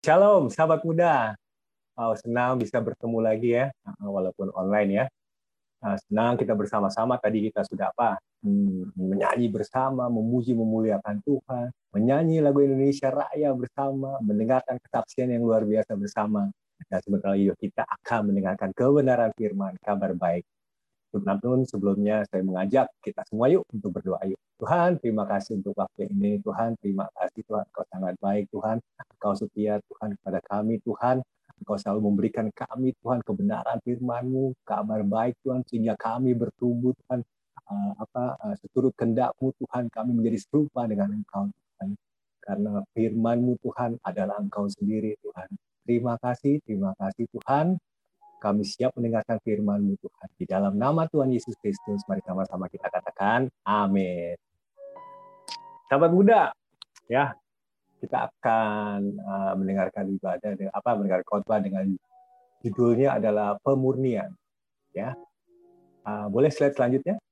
Shalom, sahabat muda. Senang bisa bertemu lagi ya, walaupun online ya. Senang kita bersama-sama. Tadi kita sudah menyanyi bersama, memuji, memuliakan Tuhan, menyanyi lagu Indonesia Raya bersama, mendengarkan kesaksian yang luar biasa bersama. Dan sebentar lagi kita akan mendengarkan kebenaran firman, kabar baik. Namun sebelumnya saya mengajak kita semua yuk untuk berdoa yuk. Tuhan, terima kasih untuk waktu ini. Tuhan, terima kasih Tuhan. Engkau sangat baik Tuhan. Engkau setia Tuhan kepada kami Tuhan. Engkau selalu memberikan kami Tuhan kebenaran firman-Mu, kabar baik Tuhan, sehingga kami bertumbuh Tuhan. Seturut kehendak-Mu Tuhan, kami menjadi serupa dengan Engkau Tuhan. Karena firman-Mu Tuhan adalah Engkau sendiri Tuhan. Terima kasih Tuhan. Kami siap mendengarkan firman-Mu Tuhan. Di dalam nama Tuhan Yesus Kristus, mari sama-sama kita katakan, amin. Sahabat muda, ya, kita akan mendengarkan mendengar khotbah dengan judulnya adalah pemurnian. Ya, boleh slide selanjutnya?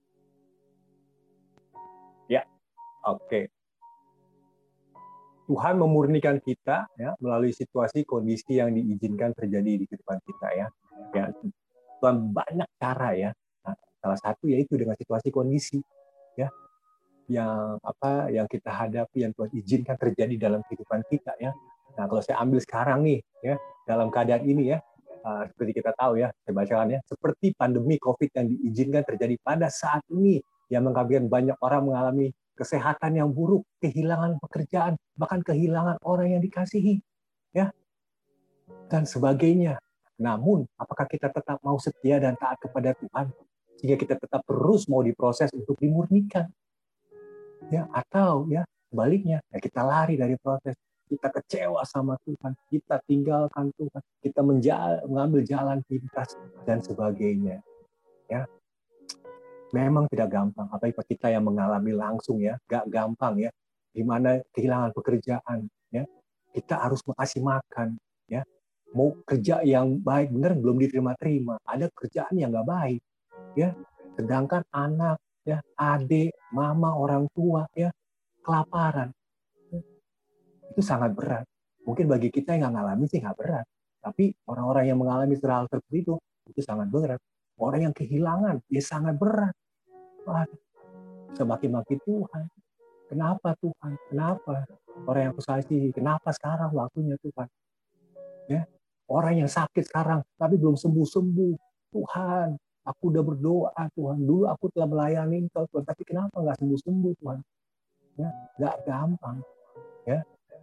Ya, oke. Tuhan memurnikan kita ya melalui situasi kondisi yang diizinkan terjadi di kehidupan kita ya. Tuhan banyak cara ya. Nah, salah satu yaitu dengan situasi kondisi ya yang kita hadapi, yang Tuhan izinkan terjadi dalam kehidupan kita ya. Nah, kalau saya ambil sekarang nih ya, dalam keadaan ini ya, seperti kita tahu ya, saya bacakan ya, seperti pandemi COVID yang diizinkan terjadi pada saat ini yang mengakibatkan banyak orang mengalami kesehatan yang buruk, kehilangan pekerjaan, bahkan kehilangan orang yang dikasihi, ya, dan sebagainya. Namun, apakah kita tetap mau setia dan taat kepada Tuhan, sehingga kita tetap terus mau diproses untuk dimurnikan, ya, atau ya sebaliknya, ya kita lari dari proses, kita kecewa sama Tuhan, kita tinggalkan Tuhan, kita mengambil jalan pintas dan sebagainya, ya. Memang tidak gampang, apalagi kita yang mengalami langsung ya, gak gampang ya, dimana kehilangan pekerjaan ya, kita harus kasih makan ya, mau kerja yang baik benar belum diterima-terima, ada kerjaan yang gak baik ya, sedangkan anak ya, adik, mama, orang tua ya, kelaparan, itu sangat berat. Mungkin bagi kita yang nggak ngalami sih nggak berat, tapi orang-orang yang mengalami hal seperti itu sangat berat. Orang yang kehilangan ya sangat berat. Semakin-makin Tuhan. Kenapa Tuhan? Kenapa? Orang yang kusasihi, kenapa sekarang waktunya Tuhan? Ya, orang yang sakit sekarang tapi belum sembuh-sembuh. Tuhan, aku udah berdoa Tuhan. Dulu aku telah melayani Engkau Tuhan, tapi kenapa nggak sembuh-sembuh Tuhan? Ya, nggak gampang. Ya,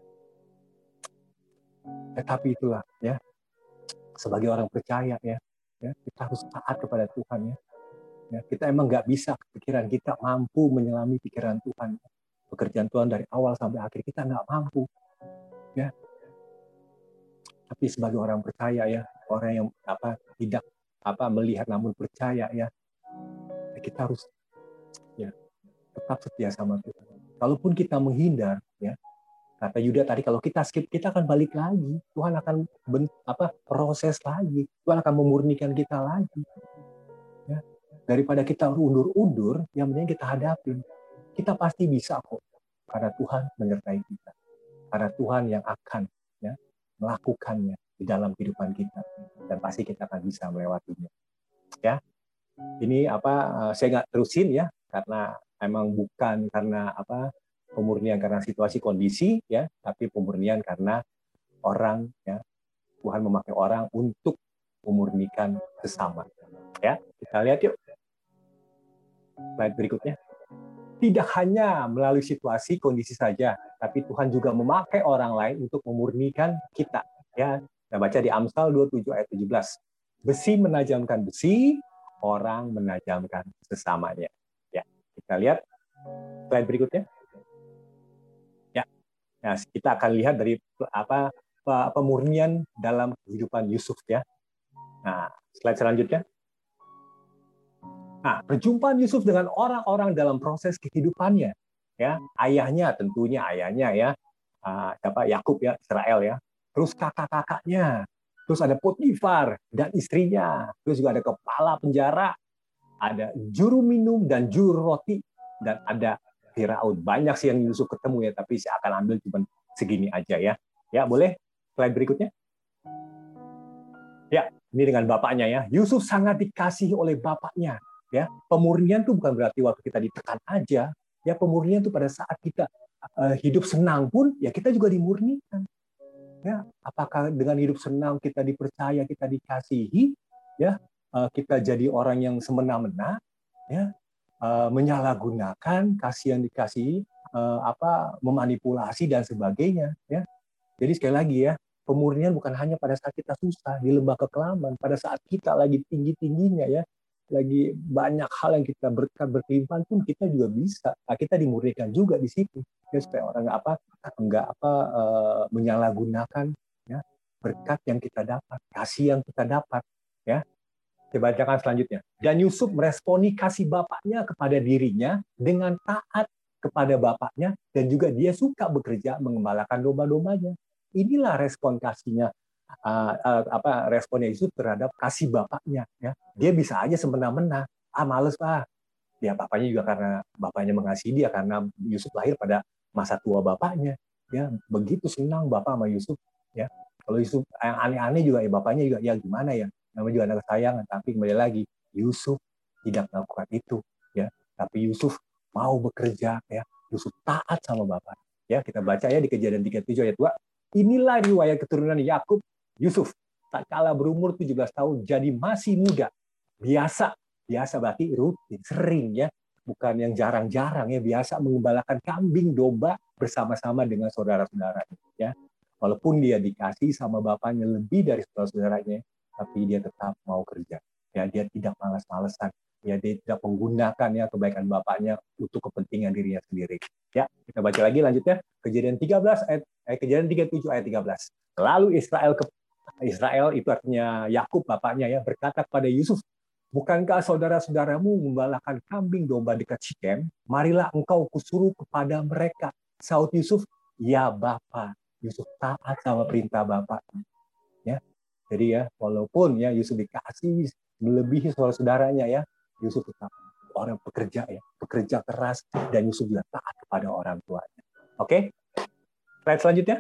tetapi itulah ya. Sebagai orang percaya ya, kita harus taat kepada Tuhan ya. Kita emang nggak bisa pikiran kita mampu menyelami pikiran Tuhan. Pekerjaan Tuhan dari awal sampai akhir kita nggak mampu. Ya. Tapi sebagai orang percaya ya, orang yang tidak melihat namun percaya ya, kita harus ya tetap setia sama Tuhan. Kalaupun kita menghindar ya, kata Yuda tadi, kalau kita skip, kita akan balik lagi. Tuhan akan proses lagi. Tuhan akan memurnikan kita lagi. Ya. Daripada kita undur-undur, yang penting kita hadapin. Kita pasti bisa kok. Karena Tuhan menyertai kita. Karena Tuhan yang akan ya, melakukannya di dalam kehidupan kita. Dan pasti kita akan bisa melewatinya. Ya. Ini saya nggak terusin ya, karena emang bukan karena pemurnian karena situasi kondisi ya, tapi pemurnian karena orang ya, Tuhan memakai orang untuk memurnikan sesama. Ya, kita lihat yuk slide berikutnya. Tidak hanya melalui situasi kondisi saja, tapi Tuhan juga memakai orang lain untuk memurnikan kita. Ya, kita baca di Amsal 27 ayat 17. Besi menajamkan besi, orang menajamkan sesamanya. Ya, kita lihat slide berikutnya. Ya, nah, kita akan lihat dari pemurnian dalam kehidupan Yusuf ya. Nah, slide selanjutnya. Nah, perjumpaan Yusuf dengan orang-orang dalam proses kehidupannya, ya, tentunya ayahnya ya, Yakub ya, Israel ya, terus kakak-kakaknya, terus ada Potifar dan istrinya, terus juga ada kepala penjara, ada juru minum dan juru roti, dan ada Firaun. Banyak sih yang Yusuf ketemu ya, tapi saya akan ambil cuma segini aja ya. Ya, boleh Slide berikutnya. Ya, ini dengan bapaknya ya. Yusuf sangat dikasihi oleh bapaknya. Ya, pemurnian itu bukan berarti waktu kita ditekan aja. Ya, pemurnian itu pada saat kita hidup senang pun, ya kita juga dimurnikan. Ya, apakah dengan hidup senang kita dipercaya, kita dikasihi, ya kita jadi orang yang semena-mena, ya menyalahgunakan kasih yang dikasihi, memanipulasi dan sebagainya. Ya, jadi sekali lagi ya, pemurnian bukan hanya pada saat kita susah di lembah kekelaman, pada saat kita lagi tinggi-tingginya ya, lagi banyak hal yang kita berkat berkelimpahan pun kita juga bisa. Nah, kita dimurnikan juga di situ. Ya, supaya orang nggak menyalahgunakan ya berkat yang kita dapat, kasih yang kita dapat. Ya, saya bacakan selanjutnya. Dan Yusuf meresponi kasih bapaknya kepada dirinya dengan taat kepada bapaknya dan juga dia suka bekerja mengembalakan domba-dombanya. Inilah respon kasihnya, responnya Yusuf terhadap kasih bapaknya. Ya, dia bisa aja semena-mena, males ya bapaknya juga karena bapaknya mengasihi dia karena Yusuf lahir pada masa tua bapaknya. Ya, begitu senang bapak sama Yusuf. Ya, kalau Yusuf yang aneh-aneh juga ya bapaknya juga ya gimana ya, namanya juga anak kesayangan. Tapi kembali lagi Yusuf tidak melakukan itu. Ya, tapi Yusuf mau bekerja. Ya, Yusuf taat sama bapak. Ya, kita baca ya di Kejadian 37 ayat 2. Inilah riwayat keturunan Yakub, Yusuf, tak kala berumur 17 tahun, jadi masih muda. Biasa berarti rutin, sering ya. Bukan yang jarang-jarang ya, biasa mengembalakan kambing domba bersama-sama dengan saudara-saudaranya. Ya. Walaupun dia dikasih sama bapaknya lebih dari saudara-saudaranya, tapi dia tetap mau kerja. Ya, dia tidak malas-malesan. Ya, dia tidak menggunakan ya kebaikan bapaknya untuk kepentingan dirinya sendiri. Ya, kita baca lagi lanjutnya. Kejadian 37 ayat 13. Lalu Israel itu artinya Yakub bapaknya ya berkata kepada Yusuf, bukankah saudara-saudaramu membalakan kambing domba dekat Sikem? Marilah engkau kusuruh kepada mereka. Saud Yusuf, ya Bapa. Yusuf taat sama perintah bapaknya. Ya, jadi ya walaupun ya Yusuf dikasih melebihi saudara-saudaranya ya, Yusuf tetap orang pekerja ya, bekerja keras dan Yusuf juga taat kepada orang tuanya. Oke? Slide selanjutnya.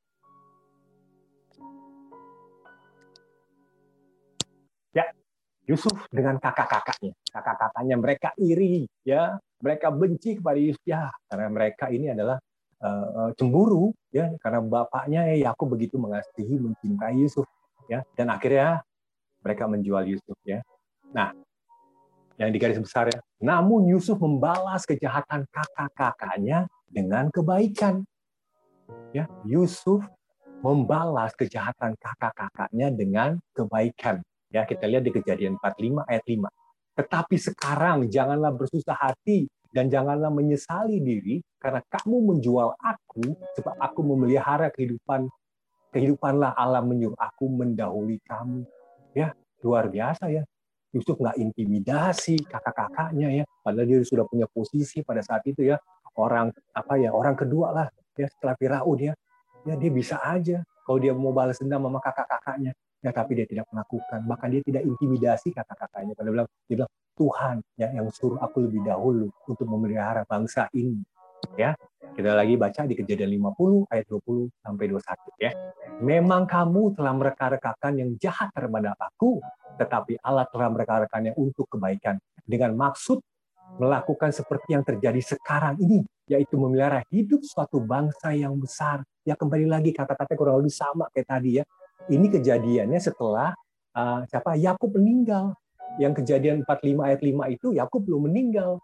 Ya, Yusuf dengan kakak-kakaknya. Kakak-kakaknya mereka iri, ya, mereka benci kepada Yusuf ya, karena mereka ini adalah cemburu, ya, karena bapaknya Yakub begitu mengasihi, mencintai Yusuf, ya, dan akhirnya mereka menjual Yusuf, ya. Nah, yang di garis besar ya. Namun Yusuf membalas kejahatan kakak-kakaknya dengan kebaikan. Ya, Yusuf membalas kejahatan kakak-kakaknya dengan kebaikan. Ya, kita lihat di Kejadian 45 ayat 5. Tetapi sekarang janganlah bersusah hati dan janganlah menyesali diri karena kamu menjual aku sebab aku memelihara kehidupanlah Allah menyuruh aku mendahului kamu. Ya, luar biasa ya. Yusuf nggak intimidasi kakak-kakaknya ya, padahal dia sudah punya posisi pada saat itu ya, orang kedua lah ya setelah Firaun ya, dia bisa aja kalau dia mau balas dendam sama kakak-kakaknya ya, tapi dia tidak melakukan, bahkan dia tidak intimidasi kakak-kakaknya. Dia bilang Tuhan yang suruh aku lebih dahulu untuk memelihara bangsa ini. Ya, kita lagi baca di Kejadian 50 ayat 20 sampai 21 ya. Memang kamu telah mereka-rekakan yang jahat terhadap aku, tetapi Allah telah mereka-rekannya untuk kebaikan dengan maksud melakukan seperti yang terjadi sekarang ini, yaitu memelihara hidup suatu bangsa yang besar. Ya, kembali lagi kata-kata kurang lebih sama kayak tadi ya. Ini kejadiannya setelah Yakub meninggal. Yang Kejadian 45 ayat 5 itu Yakub belum meninggal.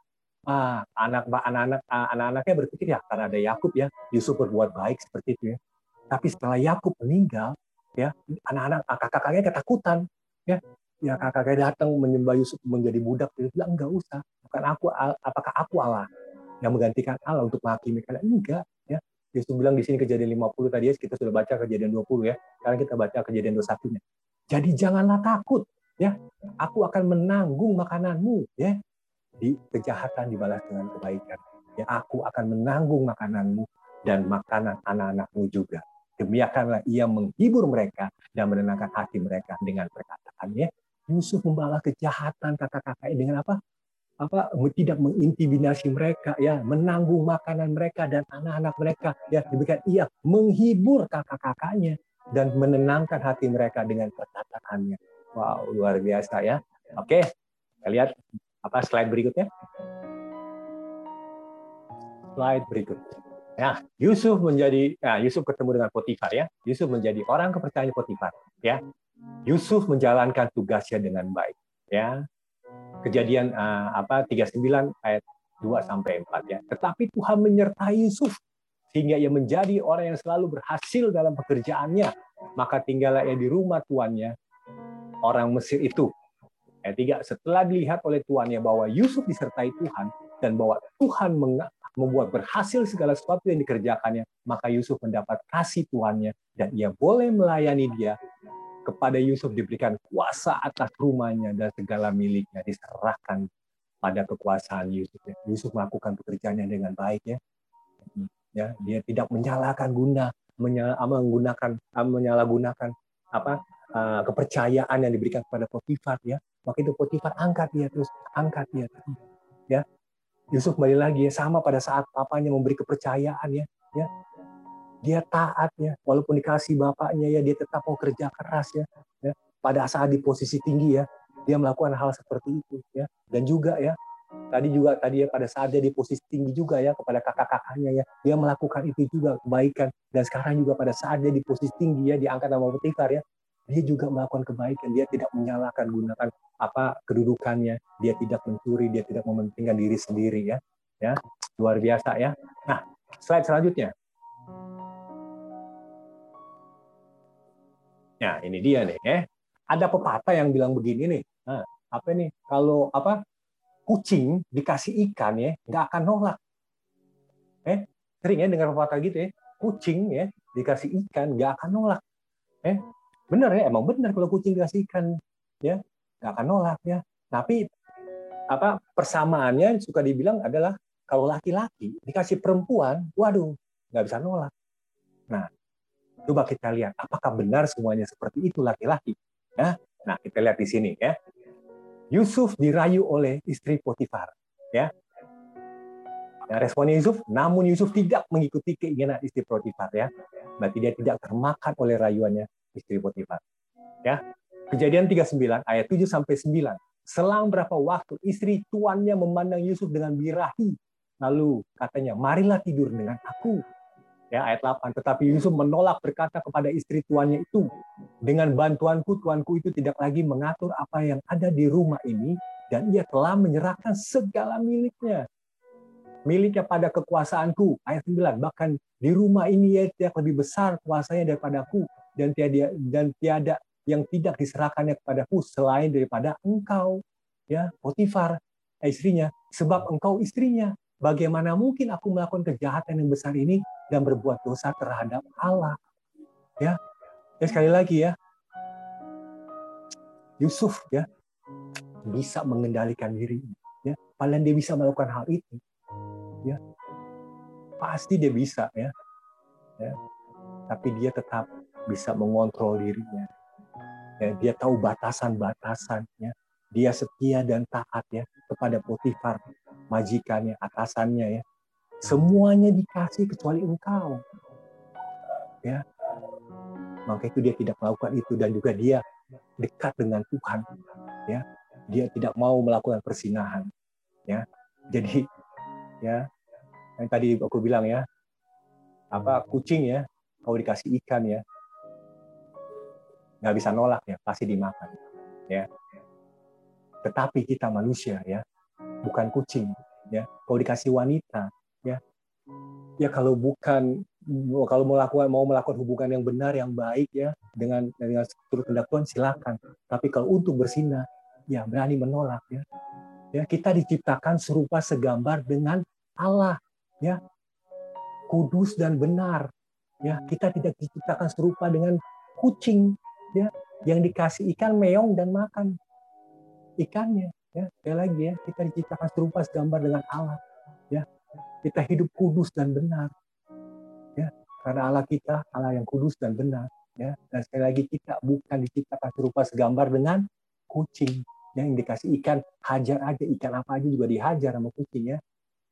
Anak-anaknya berpikir ya karena ada Yakub ya, Yusuf berbuat baik seperti itu ya. Tapi setelah Yakub meninggal, ya anak-anak kakak-kakaknya ketakutan, ya kakak-kakaknya datang menyembah Yusuf menjadi budak. Dia bilang enggak usah, bukan aku, apakah aku Allah yang menggantikan Allah untuk menghakimi kalian? Enggak, ya. Yesus bilang di sini Kejadian 50 tadi ya, kita sudah baca Kejadian 20 ya. Sekarang kita baca Kejadian 21-nya. Jadi janganlah takut, ya. Aku akan menanggung makananmu, ya. Di kejahatan dibalas dengan kebaikan. Ya, aku akan menanggung makananmu dan makanan anak-anakmu juga. Demikianlah ia menghibur mereka dan menenangkan hati mereka dengan perkataannya. Yusuf membalas kejahatan kakak-kakaknya dengan apa? Tidak mengintimidasi mereka, ya, menanggung makanan mereka dan anak-anak mereka. Ya, demikian ia menghibur kakak-kakaknya. dan menenangkan hati mereka dengan perkataannya. Wow, luar biasa ya. Oke, kita lihat slide berikutnya. Slide berikutnya. Ya, Yusuf ketemu dengan Potifar ya. Yusuf menjadi orang kepercayaan Potifar ya. Yusuf menjalankan tugasnya dengan baik ya. Kejadian 39 ayat 2 sampai 4 ya. Tetapi Tuhan menyertai Yusuf sehingga ia menjadi orang yang selalu berhasil dalam pekerjaannya. Maka tinggallah ia di rumah tuannya, orang Mesir itu. Ayat 3, setelah dilihat oleh tuannya bahwa Yusuf disertai Tuhan dan bahwa Tuhan membuat berhasil segala sesuatu yang dikerjakannya, maka Yusuf mendapat kasih tuannya dan ia boleh melayani dia. Kepada Yusuf diberikan kuasa atas rumahnya dan segala miliknya diserahkan pada kekuasaan Yusuf. Yusuf melakukan pekerjaannya dengan baik ya. Ya, dia tidak menyalahgunakan kepercayaan yang diberikan kepada Potifar ya. Maka itu Potifar angkat dia ya. Yusuf kembali lagi ya, sama pada saat papanya memberi kepercayaan ya. Dia taat ya, walaupun dikasih bapaknya ya, dia tetap mau kerja keras ya. Pada saat di posisi tinggi ya, dia melakukan hal seperti itu ya. Dan juga ya, tadi ya, pada saat dia di posisi tinggi juga ya, kepada kakak-kakaknya ya, dia melakukan itu juga kebaikan. Dan sekarang juga pada saat dia di posisi tinggi ya, diangkat sama Potifar ya, dia juga melakukan kebaikan. Dia tidak menyalahkan gunakan kedudukannya, dia tidak mencuri, dia tidak mementingkan diri sendiri ya. Luar biasa ya. Nah, slide selanjutnya. Nah, ini dia nih ya. Ada pepatah yang bilang begini nih. Nah, kalau kucing dikasih ikan ya, nggak akan nolak. Sering ya dengar pepatah gitu ya. Kucing ya dikasih ikan nggak akan nolak. Benar ya, emang benar kalau kucing dikasih ikan ya nggak akan nolak ya. Tapi persamaannya suka dibilang adalah kalau laki-laki dikasih perempuan, waduh nggak bisa nolak. Nah, coba kita lihat apakah benar semuanya seperti itu laki-laki ya. Nah, kita lihat di sini ya. Yusuf dirayu oleh istri Potifar ya. Responnya Yusuf, namun Yusuf tidak mengikuti keinginan istri Potifar ya. Berarti dia tidak termakan oleh rayuannya istri Potifar ya. Kejadian 39 ayat 7 sampai 9. Selang berapa waktu istri tuannya memandang Yusuf dengan birahi, lalu katanya, marilah tidur dengan aku. Ya, ayat 8. Tetapi Yusuf menolak, berkata kepada istri tuannya itu, dengan bantuanku, tuanku itu tidak lagi mengatur apa yang ada di rumah ini, dan ia telah menyerahkan segala miliknya pada kekuasaanku. Ayat 9. Bahkan di rumah ini ia tidak lebih besar kuasanya daripadaku, dan tiada yang tidak diserahkannya kepadaku selain daripada engkau, ya Potifar, istrinya, sebab engkau istrinya. Bagaimana mungkin aku melakukan kejahatan yang besar ini dan berbuat dosa terhadap Allah? Ya, sekali lagi ya, Yusuf ya bisa mengendalikan diri, ya, paling dia bisa melakukan hal itu, ya, pasti dia bisa ya. Tapi dia tetap bisa mengontrol dirinya. Ya, dia tahu batasan-batasannya. Dia setia dan taat ya kepada Potifar, majikannya, atasannya ya. Semuanya dikasih kecuali engkau. Ya. Maka itu dia tidak melakukan itu, dan juga dia dekat dengan Tuhan. Ya. Dia tidak mau melakukan persinahan. Ya. Jadi ya, yang tadi aku bilang ya, kucing ya, kalau dikasih ikan ya, nggak bisa nolak ya, pasti dimakan. Ya. Tetapi kita manusia ya, bukan kucing ya. Kalau dikasih wanita ya kalau mau melakukan hubungan yang benar, yang baik ya, dengan seluruh kehendak Tuhan, silakan. Tapi kalau untuk bersinah ya berani menolak ya. Ya, kita diciptakan serupa segambar dengan Allah ya, kudus dan benar ya. Kita tidak diciptakan serupa dengan kucing ya, yang dikasih ikan meong dan makan ikannya ya. Sekali lagi ya, kita diciptakan serupa segambar dengan Allah ya. Kita hidup kudus dan benar ya, karena Allah kita Allah yang kudus dan benar ya. Dan sekali lagi, kita bukan diciptakan serupa segambar dengan kucing yang dikasih ikan, hajar aja, ikan apa aja juga dihajar sama kucing ya.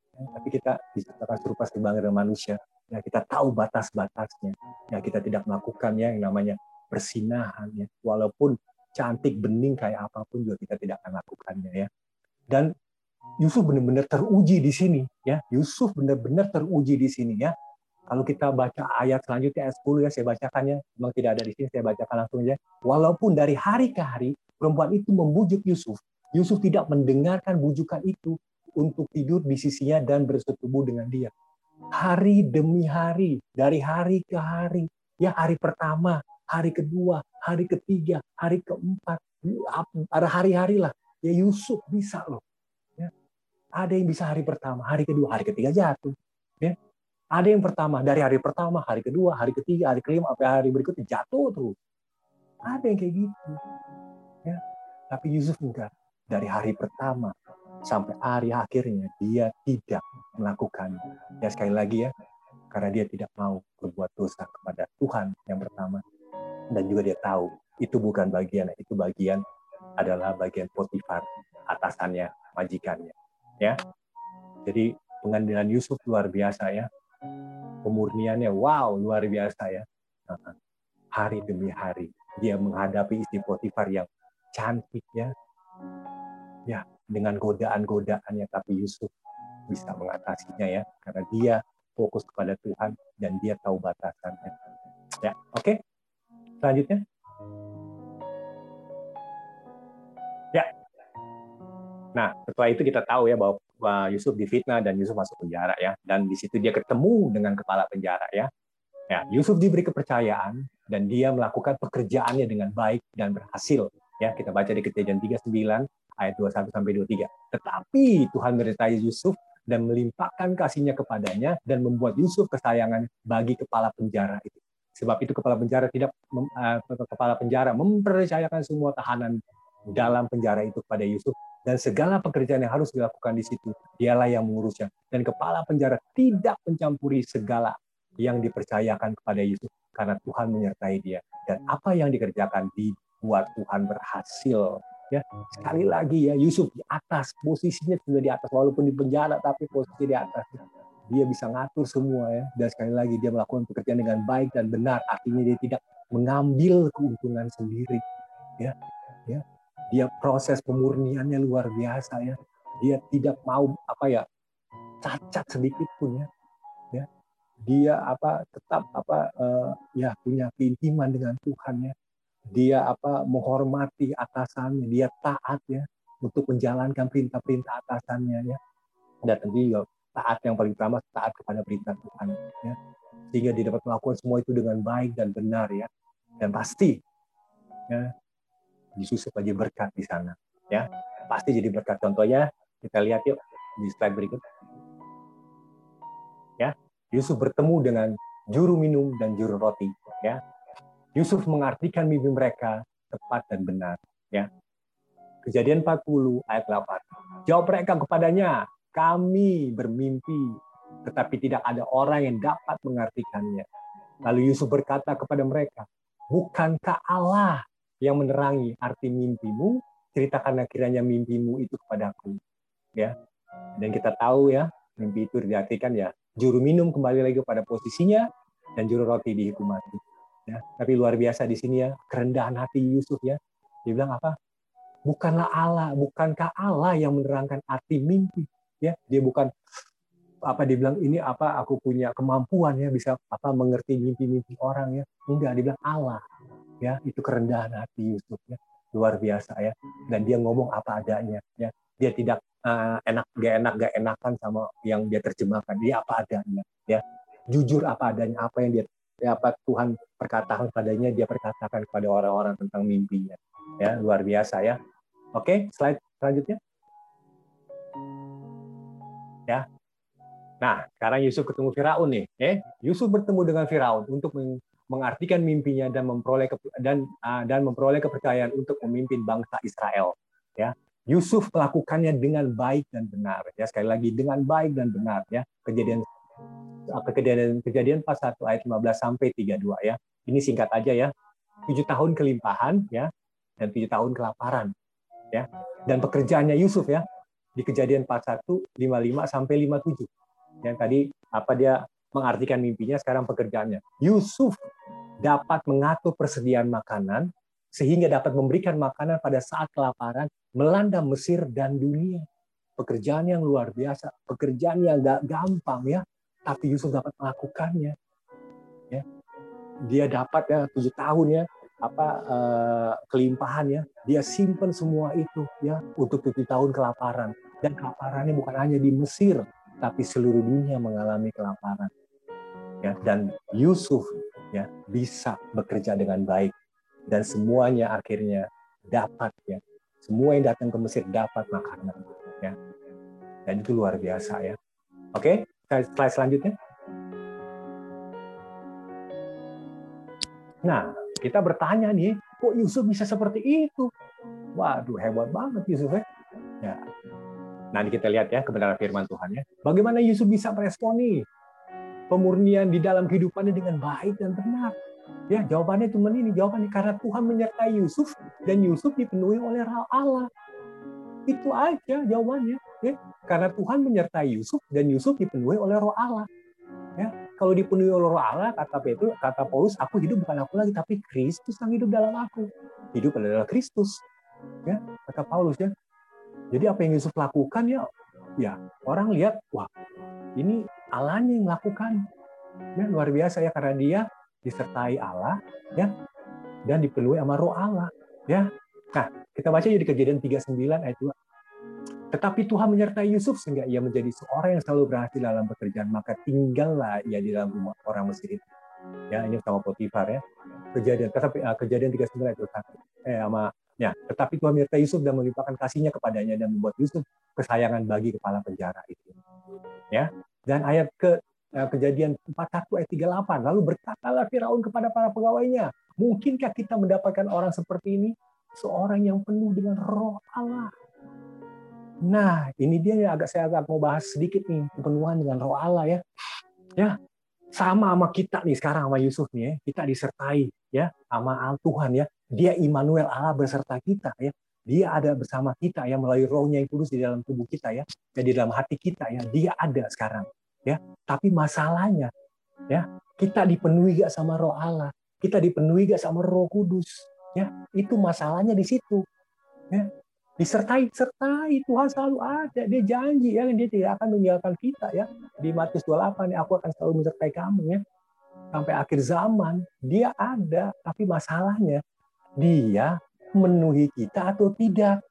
Tapi kita diciptakan serupa sebagaimana dengan manusia. Ya, kita tahu batas-batasnya. Ya, kita tidak melakukannya yang namanya persinahan. Ya. Walaupun cantik bening kayak apapun juga kita tidak akan lakukannya. Ya. Dan Yusuf benar-benar teruji di sini. Ya, Yusuf benar-benar teruji di sini. Ya. Kalau kita baca ayat selanjutnya ayat 10 ya, saya bacakannya. Memang tidak ada di sini, saya bacakan langsung aja. Walaupun dari hari ke hari perempuan itu membujuk Yusuf, Yusuf tidak mendengarkan bujukan itu untuk tidur di sisinya dan bersetubuh dengan dia. Hari demi hari, dari hari ke hari, ya hari pertama, hari kedua, hari ketiga, hari keempat, ada hari-hari lah. Ya Yusuf bisa loh. Ya. Ada yang bisa hari pertama, hari kedua, hari ketiga jatuh. Ya. Ada yang pertama, dari hari pertama, hari kedua, hari ketiga, hari kelima, sampai hari berikutnya jatuh terus. Ada yang kayak gitu. Ya. Tapi Yusuf enggak. Dari hari pertama sampai hari akhirnya, dia tidak melakukan. Ya sekali lagi ya, karena dia tidak mau berbuat dosa kepada Tuhan yang pertama. Dan juga dia tahu, itu bukan bagian, itu bagian adalah bagian Potifar, atasannya, majikannya. Ya. Jadi pengadilan Yusuf luar biasa ya. Pemurniannya wow luar biasa ya. Hari demi hari dia menghadapi istri Potifar yang cantik ya dengan godaan-godaannya, tapi Yusuf bisa mengatasinya ya karena dia fokus kepada Tuhan dan dia tahu batasannya. Ya, oke. Selanjutnya. Ya. Nah, setelah itu kita tahu ya bahwa Yusuf difitnah dan Yusuf masuk penjara ya, dan di situ dia ketemu dengan kepala penjara ya. Ya, Yusuf diberi kepercayaan dan dia melakukan pekerjaannya dengan baik dan berhasil. Ya, kita baca di Kejadian 39 ayat 21 sampai 23. Tetapi Tuhan menyertai Yusuf dan melimpahkan kasih-Nya kepadanya dan membuat Yusuf kesayangan bagi kepala penjara itu. Sebab itu kepala penjara mempercayakan semua tahanan dalam penjara itu kepada Yusuf, dan segala pekerjaan yang harus dilakukan di situ dialah yang mengurusnya, dan kepala penjara tidak mencampuri segala yang dipercayakan kepada Yusuf karena Tuhan menyertai dia, dan apa yang dikerjakan dibuat Tuhan berhasil. Ya, sekali lagi ya, Yusuf di atas, posisinya sudah di atas, walaupun di penjara tapi posisi di atas. Dia bisa ngatur semua ya, dan sekali lagi dia melakukan pekerjaan dengan baik dan benar, artinya dia tidak mengambil keuntungan sendiri. Ya, ya. Dia proses pemurniannya luar biasa ya. Dia tidak mau cacat sedikit pun ya. Ya. Dia tetap punya keintiman dengan Tuhan ya. Dia menghormati atasannya, dia taat ya untuk menjalankan perintah-perintah atasannya ya. Dan tentu juga taat yang paling utama, taat kepada perintah Tuhan ya. Sehingga dia dapat melakukan semua itu dengan baik dan benar ya. Dan pasti ya Yusuf aja berkat di sana ya, pasti jadi berkat. Contohnya kita lihat yuk di slide berikut ya. Yusuf bertemu dengan juru minum dan juru roti ya. Yusuf mengartikan mimpi mereka tepat dan benar ya. Kejadian 40 ayat 8. Jawab mereka kepadanya, kami bermimpi tetapi tidak ada orang yang dapat mengartikannya. Lalu Yusuf berkata kepada mereka, bukankah Allah yang menerangi arti mimpimu? Ceritakanlah kiranya mimpimu itu kepadaku. Ya. Dan kita tahu ya, mimpi itu diartikan ya, juru minum kembali lagi pada posisinya dan juru roti dihukum mati. Ya. Tapi luar biasa di sini ya, kerendahan hati Yusuf ya. Dia bilang apa? Bukankah Allah yang menerangkan arti mimpi? Ya, dia bukan dia bilang ini aku punya kemampuan ya bisa mengerti mimpi-mimpi orang ya. Enggak, dia bilang Allah. Ya, itu kerendahan hati Yusuf ya. Luar biasa ya. Dan dia ngomong apa adanya ya. Dia tidak gak enakan sama yang dia terjemahkan. Dia apa adanya ya. Jujur apa adanya, apa yang Tuhan perkatakan padanya, dia perkatakan kepada orang-orang tentang mimpinya. Ya, luar biasa ya. Oke, slide selanjutnya. Ya. Nah, sekarang Yusuf ketemu Firaun nih. Yusuf bertemu dengan Firaun untuk mengartikan mimpinya dan memperoleh kepercayaan untuk memimpin bangsa Israel. Ya, Yusuf melakukannya dengan baik dan benar. Ya, sekali lagi dengan baik dan benar. Ya, kejadian 41 ayat 15 sampai 32 ya. Ini singkat aja ya. 7 tahun kelimpahan ya dan 7 tahun kelaparan. Ya, dan pekerjaannya Yusuf ya di Kejadian 41, 55 sampai 57. Yang tadi apa dia mengartikan mimpinya, sekarang pekerjaannya. Yusuf dapat mengatur persediaan makanan sehingga dapat memberikan makanan pada saat kelaparan melanda Mesir dan dunia. Pekerjaan yang luar biasa, pekerjaan yang gak gampang ya, tapi Yusuf dapat melakukannya. Ya. Dia dapat ya 7 tahun ya, kelimpahan ya, dia simpan semua itu ya untuk 7 tahun kelaparan. Dan kelaparannya bukan hanya di Mesir, tapi seluruh dunia mengalami kelaparan. Ya, dan Yusuf ya bisa bekerja dengan baik dan semuanya akhirnya dapat ya. Semua yang datang ke Mesir dapat makanan ya. Dan itu luar biasa ya. Oke, slide selanjutnya. Nah, kita bertanya nih, kok Yusuf bisa seperti itu? Waduh, hebat banget Yusuf ya. Ya. Nanti kita lihat ya kebenaran firman Tuhan ya. Bagaimana Yusuf bisa merespon nih pemurnian di dalam kehidupannya dengan baik dan benar? Ya, jawabannya cuma ini, jawabannya karena Tuhan menyertai Yusuf dan Yusuf dipenuhi oleh Roh Allah. Itu aja jawabannya. Ya, karena Tuhan menyertai Yusuf dan Yusuf dipenuhi oleh Roh Allah. Ya, kalau dipenuhi oleh Roh Allah, kata Paulus, aku hidup bukan aku lagi, tapi Kristus yang hidup dalam aku. Hidup adalah Kristus. Ya, kata Paulus ya. Jadi apa yang Yusuf lakukan ya orang lihat, wah ini Allahnya yang melakukan. Ya, luar biasa ya karena dia disertai Allah ya dan dipenuhi sama Roh Allah ya. Nah, kita baca di Kejadian 39 ayat 2. Tetapi Tuhan menyertai Yusuf sehingga ia menjadi seorang yang selalu berhasil dalam pekerjaan, maka tinggallah ia di dalam rumah orang Mesir itu. Ya, ini sama Potifar ya. Kejadian 39 ayat 1. Tetapi Tuhan menyertai Yusuf dan melimpahkan kasihnya kepadanya dan membuat Yusuf kesayangan bagi kepala penjara itu. Ya. Dan ayat Kejadian 41 ayat 38, lalu berkatalah Firaun kepada para pegawainya, mungkinkah kita mendapatkan orang seperti ini, seorang yang penuh dengan Roh Allah. Nah, ini dia yang saya agak mau bahas sedikit nih, kepenuhan dengan Roh Allah ya. Ya, sama kita nih sekarang sama Yusuf nih ya, kita disertai ya sama Tuhan ya. Dia Immanuel, Allah beserta kita ya. Dia ada bersama kita ya melalui Roh-Nya yang kudus di dalam tubuh kita ya, dan di dalam hati kita ya. Dia ada sekarang ya. Tapi masalahnya ya, kita dipenuhi gak sama Roh Allah? Kita dipenuhi gak sama Roh Kudus? Ya, itu masalahnya di situ. Ya. Disertai Tuhan selalu ada, dia janji ya, dia tidak akan meninggalkan kita ya. Di Matius 28 ya, aku akan selalu menyertai kamu ya sampai akhir zaman. Dia ada, tapi masalahnya dia memenuhi kita atau tidak.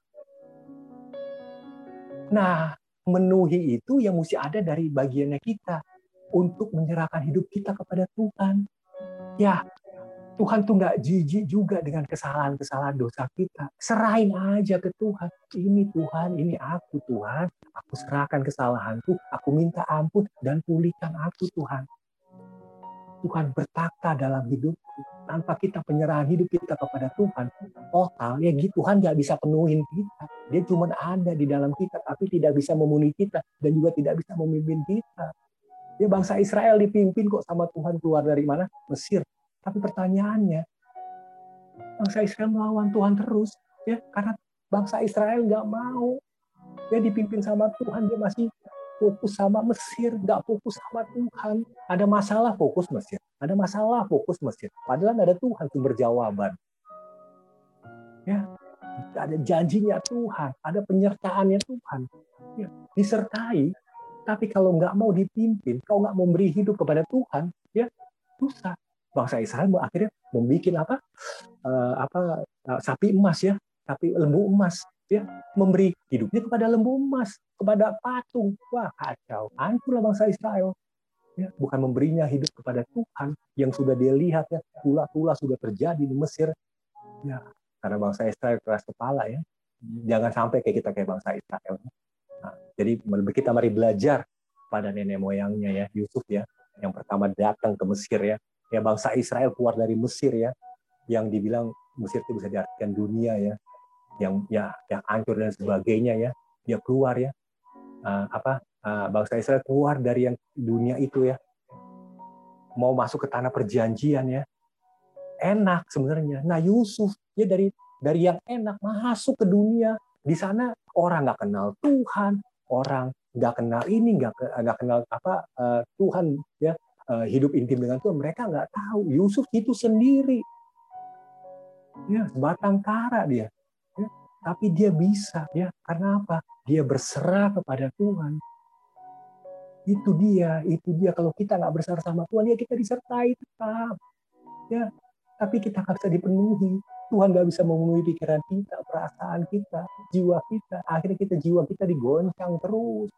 Nah, memenuhi itu yang mesti ada dari bagiannya kita untuk menyerahkan hidup kita kepada Tuhan. Ya, Tuhan tuh nggak jijik juga dengan kesalahan-kesalahan dosa kita. Serahin aja ke Tuhan. Ini Tuhan, ini aku Tuhan. Aku serahkan kesalahanku, aku minta ampun, dan pulihkan aku Tuhan. Tuhan bertata dalam hidupku. Tanpa kita penyerahan hidup kita kepada Tuhan, total, ya gitu, Tuhan nggak bisa penuhin kita. Dia cuma ada di dalam kita, tapi tidak bisa memenuhi kita, dan juga tidak bisa memimpin kita. Ya, bangsa Israel dipimpin kok sama Tuhan keluar dari mana? Mesir. Tapi pertanyaannya, bangsa Israel melawan Tuhan terus, ya karena bangsa Israel nggak mau, dia dipimpin sama Tuhan, dia masih fokus sama Mesir, nggak fokus sama Tuhan. Ada masalah fokus Mesir, ada masalah fokus Mesir. Padahal ada Tuhan sumber jawaban. Ya, ada janjinya Tuhan, ada penyertaannya Tuhan. Ya, disertai, tapi kalau nggak mau dipimpin, kalau nggak memberi hidup kepada Tuhan, ya susah. Bangsa Israel akhirnya membuat sapi emas ya, sapi lembu emas ya, memberi hidupnya kepada lembu emas, kepada patung. Wah, kacau, hancurlah bangsa Israel. Ya, bukan memberinya hidup kepada Tuhan yang sudah dia lihat ya, tula-tula sudah terjadi di Mesir. Ya, karena bangsa Israel keras kepala ya. Jangan sampai kayak bangsa Israel. Nah, jadi kita mari belajar pada nenek moyangnya ya, Yusuf ya, yang pertama datang ke Mesir ya. Ya, bangsa Israel keluar dari Mesir ya, yang dibilang Mesir itu bisa diartikan dunia ya, yang hancur dan sebagainya ya, dia keluar ya, bangsa Israel keluar dari yang dunia itu ya, mau masuk ke tanah perjanjian ya, enak sebenarnya. Nah, Yusuf dia dari yang enak masuk ke dunia Di sana orang nggak kenal Tuhan, orang nggak kenal ini, nggak kenal Tuhan, ya, hidup intim dengan Tuhan. Mereka nggak tahu. Yusuf itu sendiri, ya, sebatang kara dia, ya. Tapi dia bisa, ya, karena apa? Dia berserah kepada Tuhan. Itu dia. Kalau kita nggak berserah sama Tuhan, ya kita disertai tetap, ya. Tapi kita nggak bisa dipenuhi. Tuhan nggak bisa memenuhi pikiran kita, perasaan kita, jiwa kita. Akhirnya jiwa kita digoncang terus,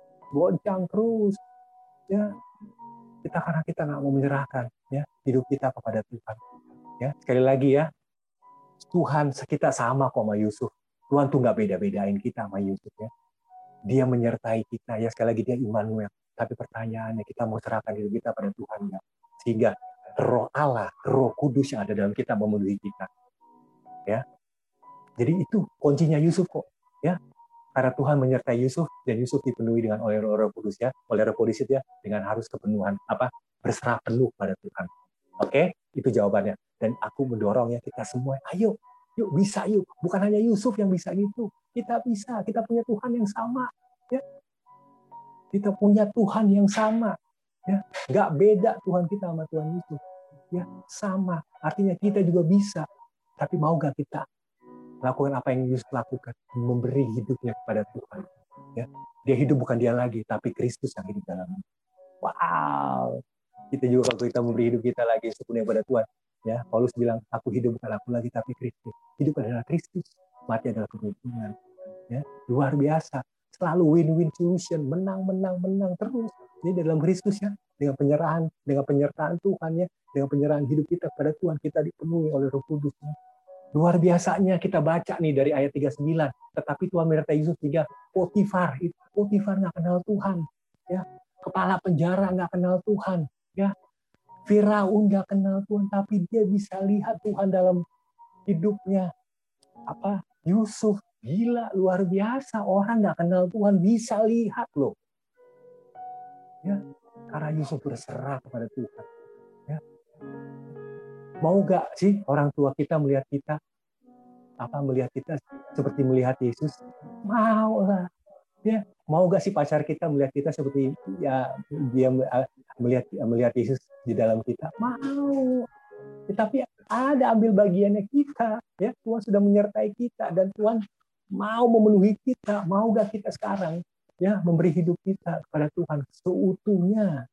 ya. Karena kita nggak mau menyerahkan, ya, hidup kita kepada Tuhan. Ya, sekali lagi, ya, Tuhan kita sama kok sama Yusuf. Tuhan tuh nggak beda-bedain kita sama Yusuf, ya. Dia menyertai kita, ya, sekali lagi dia Immanuel. Tapi pertanyaannya, kita mau serahkan hidup kita pada Tuhan nggak? Sehingga Roh Allah, Roh Kudus yang ada dalam kita memenuhi kita, ya. Jadi itu kuncinya Yusuf kok, ya. Karena Tuhan menyertai Yusuf, dan Yusuf dipenuhi dengan oleh Roh Kudus, ya, oleh Roh Kudus itu, ya, dengan harus kepenuhan, berserah penuh pada Tuhan. Oke, itu jawabannya. Dan aku mendorong, ya, kita semua, ayo, yuk, bisa, yuk. Bukan hanya Yusuf yang bisa gitu, kita bisa. Kita punya Tuhan yang sama, ya. Kita punya Tuhan yang sama, ya. Nggak beda Tuhan kita sama Tuhan Yusuf, ya, sama. Artinya kita juga bisa. Tapi mau nggak kita lakukan apa yang Yusuf lakukan, memberi hidupnya kepada Tuhan, ya. Dia hidup bukan dia lagi, tapi Kristus yang hidup dalamnya. Wow, kita juga kalau kita memberi hidup kita lagi sepenuhnya kepada Tuhan, ya. Paulus bilang, aku hidup bukan aku lagi, tapi Kristus. Hidup adalah Kristus, mati adalah kemuliaan, ya. Luar biasa, selalu win-win solution, menang terus. Ini dalam Kristus, ya, dengan penyertaan Tuhan, ya, dengan penyerahan hidup kita kepada Tuhan, kita dipenuhi oleh Roh Kudus, ya. Luar biasanya kita baca nih dari ayat 39. Tetapi Tuhan menyertai Yusuf 3. Potifar nggak kenal Tuhan, ya. Kepala penjara nggak kenal Tuhan, ya. Firaun nggak kenal Tuhan, tapi dia bisa lihat Tuhan dalam hidupnya. Yusuf, gila, luar biasa. Orang nggak kenal Tuhan bisa lihat loh, ya. Karena Yusuf berserah kepada Tuhan, ya. Mau nggak sih orang tua kita melihat kita seperti melihat Yesus? Mau lah, ya. Mau nggak sih pacar kita melihat kita seperti, ya, dia melihat Yesus di dalam kita? Mau. Tapi ada ambil bagiannya kita, ya. Tuhan sudah menyertai kita, dan Tuhan mau memenuhi kita. Mau nggak kita sekarang, ya, memberi hidup kita kepada Tuhan seutuhnya,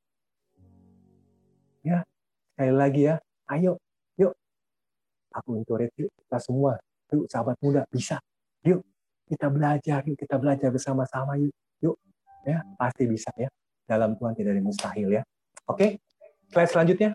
ya. Sekali lagi, ya, ayo, yuk, aku encourage kita semua, yuk, sahabat muda, bisa, yuk kita belajar bersama-sama, yuk, ya, pasti bisa, ya. Dalam Tuhan tidak ada yang mustahil, ya. Oke, slide selanjutnya,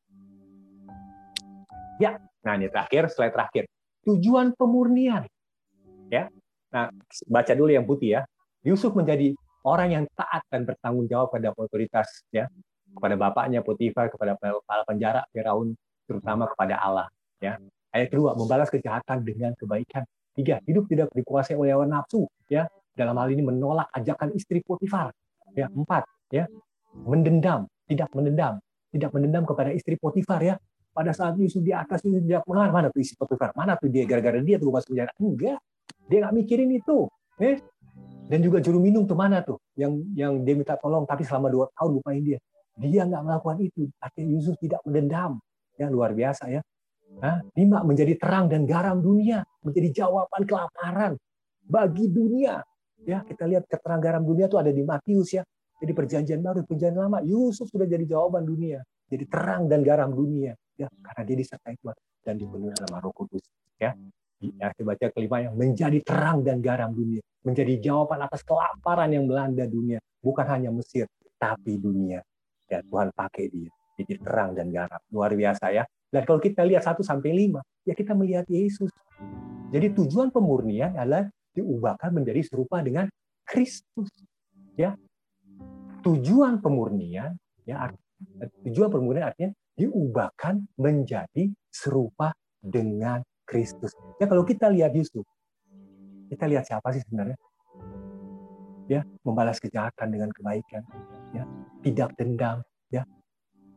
ya. Nah, ini slide terakhir, tujuan pemurnian, ya. Nah, baca dulu yang putih, ya. Yusuf menjadi orang yang taat dan bertanggung jawab pada otoritas, ya, kepada bapaknya Potifar, kepada kepala penjara Firaun, terutama kepada Allah, ya. Ayat kedua, membalas kejahatan dengan kebaikan. 3, hidup tidak dikuasai oleh hawa nafsu, ya. Dalam hal ini menolak ajakan istri Potifar, ya. 4, ya, tidak mendendam kepada istri Potifar, ya. Pada saat Yusuf di atas, Yusuf tidak mana tuh istri Potifar, mana tuh dia, gara-gara dia tuh masuk penjara. Enggak, dia nggak mikirin itu, Dan juga juru minum tuh mana tuh, yang dia minta tolong, tapi selama 2 tahun lupain dia. Dia nggak melakukan itu. Artinya Yusuf tidak mendendam, ya, luar biasa, ya. 5, menjadi terang dan garam dunia, menjadi jawaban kelaparan bagi dunia, ya. Kita lihat terang garam dunia itu ada di Matius, ya. Jadi perjanjian baru, perjanjian lama, Yusuf sudah jadi jawaban dunia, jadi terang dan garam dunia, ya, karena dia disertai Tuhan dan dipenuhi sama Roh Kudus, ya. Ya, kita baca kelima, yang menjadi terang dan garam dunia, menjadi jawaban atas kelaparan yang melanda dunia, bukan hanya Mesir, tapi dunia. Ya, Tuhan pakai dia jadi terang dan garam, luar biasa, ya. Dan kalau kita lihat 1-5, ya, kita melihat Yesus. Jadi tujuan pemurnian adalah diubahkan menjadi serupa dengan Kristus, ya. Tujuan pemurnian, ya, artinya diubahkan menjadi serupa dengan Kristus. Ya, kalau kita lihat Yusuf, kita lihat siapa sih sebenarnya? Ya, membalas kejahatan dengan kebaikan, ya, tidak dendam, ya,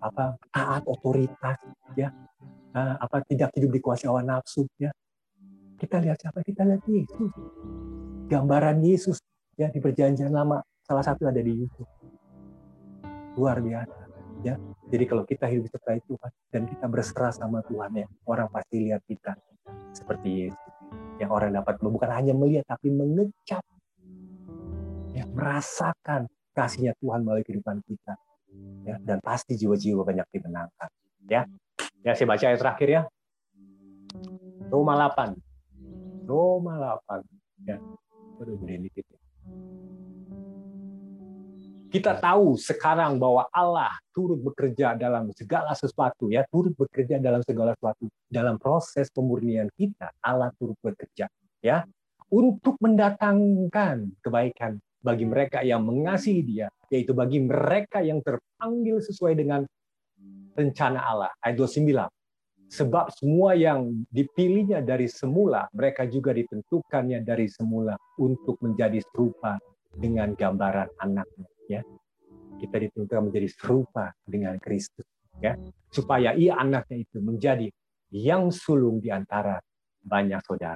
taat otoritas, ya, tidak hidup dikuasai hawa nafsu, ya. Kita lihat siapa? Kita lihat Yesus. Gambaran Yesus ya di Perjanjian Lama, salah satu ada di YouTube. Luar biasa ya. Jadi kalau kita hidup seperti Tuhan dan kita berserah sama Tuhan ya, orang pasti lihat kita seperti Yesus. Yang orang dapat bukan hanya melihat tapi mengecap, ya, merasakan kasihnya Tuhan melalui kehidupan kita. Ya, dan pasti jiwa-jiwa banyak dimenangkan. Ya, saya baca ayat terakhir ya. Roma 8. Ya, kita tahu sekarang bahwa Allah turut bekerja dalam segala sesuatu, ya, turut bekerja dalam segala sesuatu. Dalam proses pemurnian kita, Allah turut bekerja, ya, untuk mendatangkan kebaikan bagi mereka yang mengasihi Dia, yaitu bagi mereka yang terpanggil sesuai dengan rencana Allah. Ayat 29. Sebab semua yang dipilihnya dari semula, mereka juga ditentukannya dari semula untuk menjadi serupa dengan gambaran anaknya. Ya, kita ditentukan menjadi serupa dengan Kristus. Ya, supaya ia anaknya itu menjadi yang sulung di antara banyak saudara.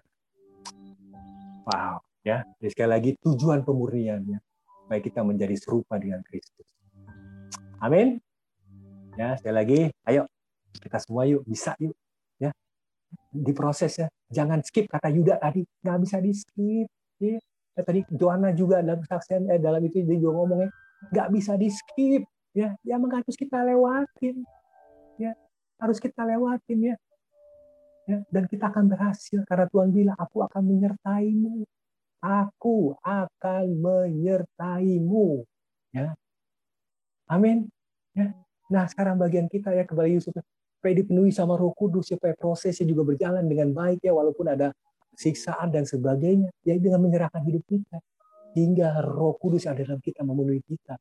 Wow, ya. Jadi sekali lagi tujuan pemurniannya supaya kita menjadi serupa dengan Kristus. Amin. Ya, sekali lagi, ayo kita semua yuk, bisa yuk. Ya, diproses ya, jangan skip kata Yuda tadi, nggak bisa di skip. Ya. Tadi Joanna juga dalam kesaksian dalam itu dia juga ngomongnya nggak bisa di skip. Ya, emang harus kita lewatin. Ya, harus kita lewatin ya. Ya, dan kita akan berhasil karena Tuhan bilang, aku akan menyertaimu. Aku akan menyertaimu. Ya, amin. Ya. Nah, sekarang bagian kita ya kembali Yusuf. Supaya dipenuhi sama Roh Kudus, supaya prosesnya juga berjalan dengan baik ya, walaupun ada siksaan dan sebagainya, ya dengan menyerahkan hidup kita hingga Roh Kudus yang ada dalam kita memenuhi kita.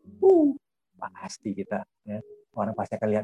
Pasti kita ya, orang pasti akan lihat,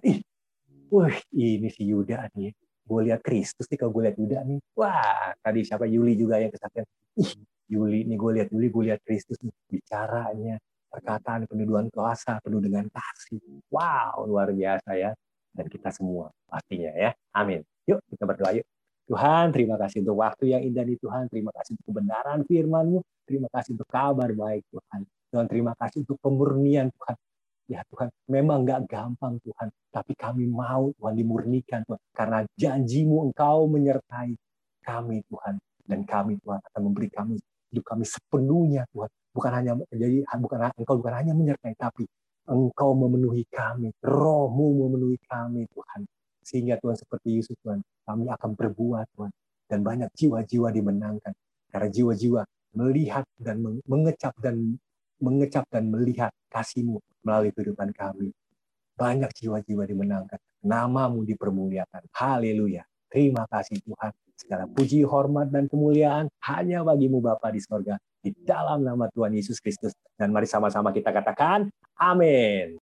ini si Yuda nih, gue lihat Kristus nih kalau gue lihat Yuda nih. Wah, tadi siapa Yuli juga yang kesaksian, Yuli nih, gue lihat Kristus nih, bicaranya, perkataan penuh dengan kuasa, penuh dengan kasih. Wow, luar biasa ya. Dan kita semua pastinya ya. Amin. Yuk kita berdoa yuk. Tuhan, terima kasih untuk waktu yang indah nih Tuhan. Terima kasih untuk kebenaran firman-Mu. Terima kasih untuk kabar baik Tuhan. Tuhan, terima kasih untuk pemurnian Tuhan. Ya Tuhan, memang nggak gampang Tuhan. Tapi kami mau Tuhan dimurnikan Tuhan. Karena janji-Mu Engkau menyertai kami Tuhan. Dan kami Tuhan akan memberi kami hidup kami sepenuhnya Tuhan. Bukan Engkau bukan hanya menyertai, tapi Engkau memenuhi kami, Roh-Mu memenuhi kami Tuhan. Sehingga Tuhan seperti Yesus Tuhan, kami akan berbuat Tuhan. Dan banyak jiwa-jiwa dimenangkan. Karena jiwa-jiwa melihat dan mengecap dan melihat kasih-Mu melalui kehidupan kami. Banyak jiwa-jiwa dimenangkan. Nama-Mu dipermuliakan. Haleluya. Terima kasih Tuhan. Segala puji, hormat, dan kemuliaan hanya bagi-Mu Bapa di sorga. Di dalam nama Tuhan Yesus Kristus. Dan mari sama-sama kita katakan, amin.